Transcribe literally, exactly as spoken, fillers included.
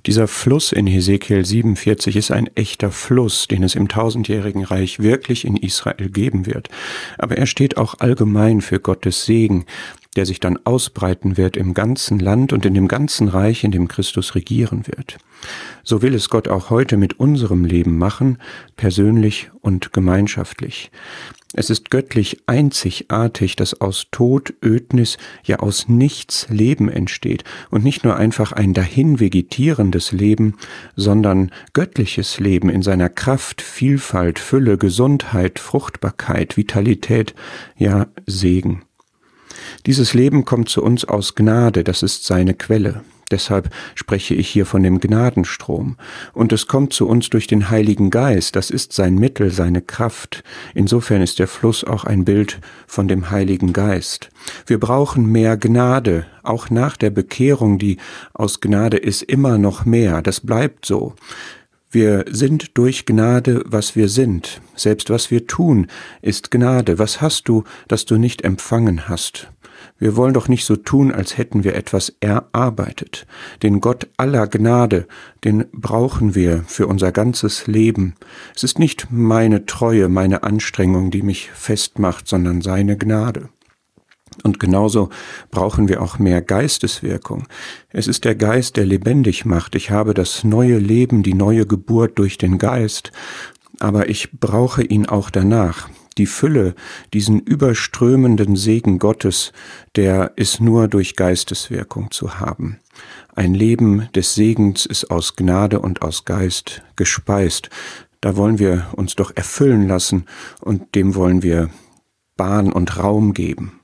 Dieser Fluss in Hesekiel siebenundvierzig ist ein echter Fluss, den es im tausendjährigen Reich wirklich in Israel geben wird. Aber er steht auch allgemein für Gottes Segen, der sich dann ausbreiten wird im ganzen Land und in dem ganzen Reich, in dem Christus regieren wird. So will es Gott auch heute mit unserem Leben machen, persönlich und gemeinschaftlich. Es ist göttlich einzigartig, dass aus Tod, Ödnis, ja aus nichts Leben entsteht und nicht nur einfach ein dahin vegetierendes Leben, sondern göttliches Leben in seiner Kraft, Vielfalt, Fülle, Gesundheit, Fruchtbarkeit, Vitalität, ja Segen. Dieses Leben kommt zu uns aus Gnade, das ist seine Quelle. Deshalb spreche ich hier von dem Gnadenstrom. Und es kommt zu uns durch den Heiligen Geist, das ist sein Mittel, seine Kraft. Insofern ist der Fluss auch ein Bild von dem Heiligen Geist. Wir brauchen mehr Gnade, auch nach der Bekehrung, die aus Gnade ist, immer noch mehr. Das bleibt so. Wir sind durch Gnade, was wir sind. Selbst was wir tun, ist Gnade. Was hast du, das du nicht empfangen hast? Wir wollen doch nicht so tun, als hätten wir etwas erarbeitet. Den Gott aller Gnade, den brauchen wir für unser ganzes Leben. Es ist nicht meine Treue, meine Anstrengung, die mich festmacht, sondern seine Gnade. Und genauso brauchen wir auch mehr Geisteswirkung. Es ist der Geist, der lebendig macht. Ich habe das neue Leben, die neue Geburt durch den Geist, aber ich brauche ihn auch danach. Die Fülle, diesen überströmenden Segen Gottes, der ist nur durch Geisteswirkung zu haben. Ein Leben des Segens ist aus Gnade und aus Geist gespeist. Da wollen wir uns doch erfüllen lassen und dem wollen wir Bahn und Raum geben.